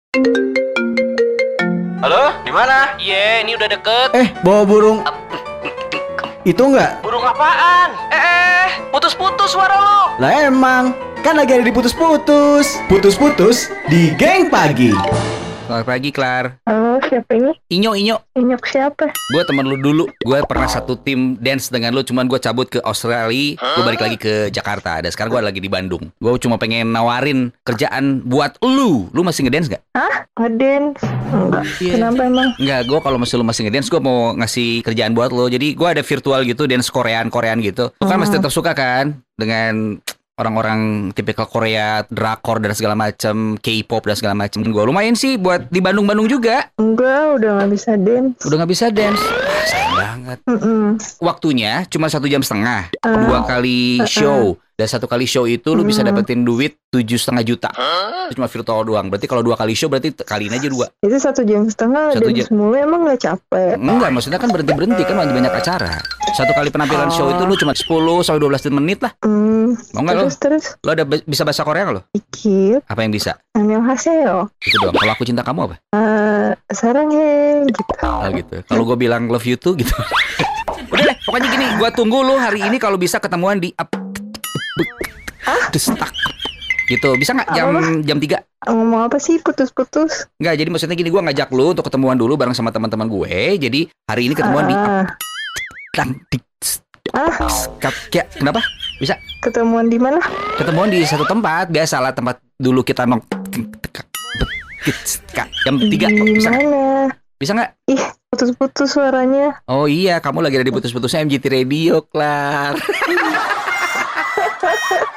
Halo, di mana? Iya, ini udah deket. Bawa burung itu enggak? Burung apaan? Putus-putus suara lo. Lah emang, kan lagi ada di putus-putus. Putus-putus di Geng Pagi. Selamat pagi, Klar. Halo, siapa ini? Inyo. Inyok siapa? Gue temen lu dulu. Gue pernah satu tim dance dengan lu. Cuman gue cabut ke Australia. Gue balik lagi ke Jakarta. Dan sekarang gue lagi di Bandung. Gue cuma pengen nawarin kerjaan buat lu. Lu masih ngedance gak? Hah? Ngedance? Enggak. Iya. Kenapa emang? Enggak, gue kalau lu masih ngedance, gue mau ngasih kerjaan buat lo. Jadi gue ada virtual gitu, dance Korean gitu. Lu kan masih tetap suka kan dengan orang-orang tipikal Korea, drakor dan segala macam, K-pop dan segala macam. Gue lumayan sih buat di Bandung juga. Enggak, udah gak bisa dance. Udah nggak bisa dance. Sayang banget. Waktunya cuma 1,5 jam. 2 kali show. Dan 1 kali show itu lu bisa dapetin duit 7,5 juta. Itu cuma virtual doang. Berarti kalau 2 kali show berarti kaliin aja 2. Itu 1,5 jam 1 dance mulu, emang gak capek? Enggak, maksudnya kan berhenti kan masih banyak acara. 1 kali penampilan show itu lu cuma 10 sampai 12 menit lah. Mau nggak lo? Terus Lo ada bisa bahasa Korea nggak lo? dikit. Apa yang bisa? Annyeonghaseyo. Itu doang. Kalau aku cinta kamu apa? Saranghe gitu. Oh gitu. Kalau gue bilang love you too gitu. Udah deh, pokoknya gini, gue tunggu lo hari ini kalau bisa ketemuan di Destak. Gitu. Bisa nggak jam 3? Ngomong apa sih putus-putus? Nggak, jadi maksudnya gini, gue ngajak lo untuk ketemuan dulu bareng sama teman-teman gue. Jadi hari ini ketemuan di Kenapa? Bisa? Ketemuan di mana? Ketemuan di satu tempat. Biasalah tempat dulu kita jam 3. Di Bisa? mana? Bisa nggak? Ih, putus-putus suaranya. Oh iya, kamu lagi ada di putus-putusnya MGT Radio, Klar.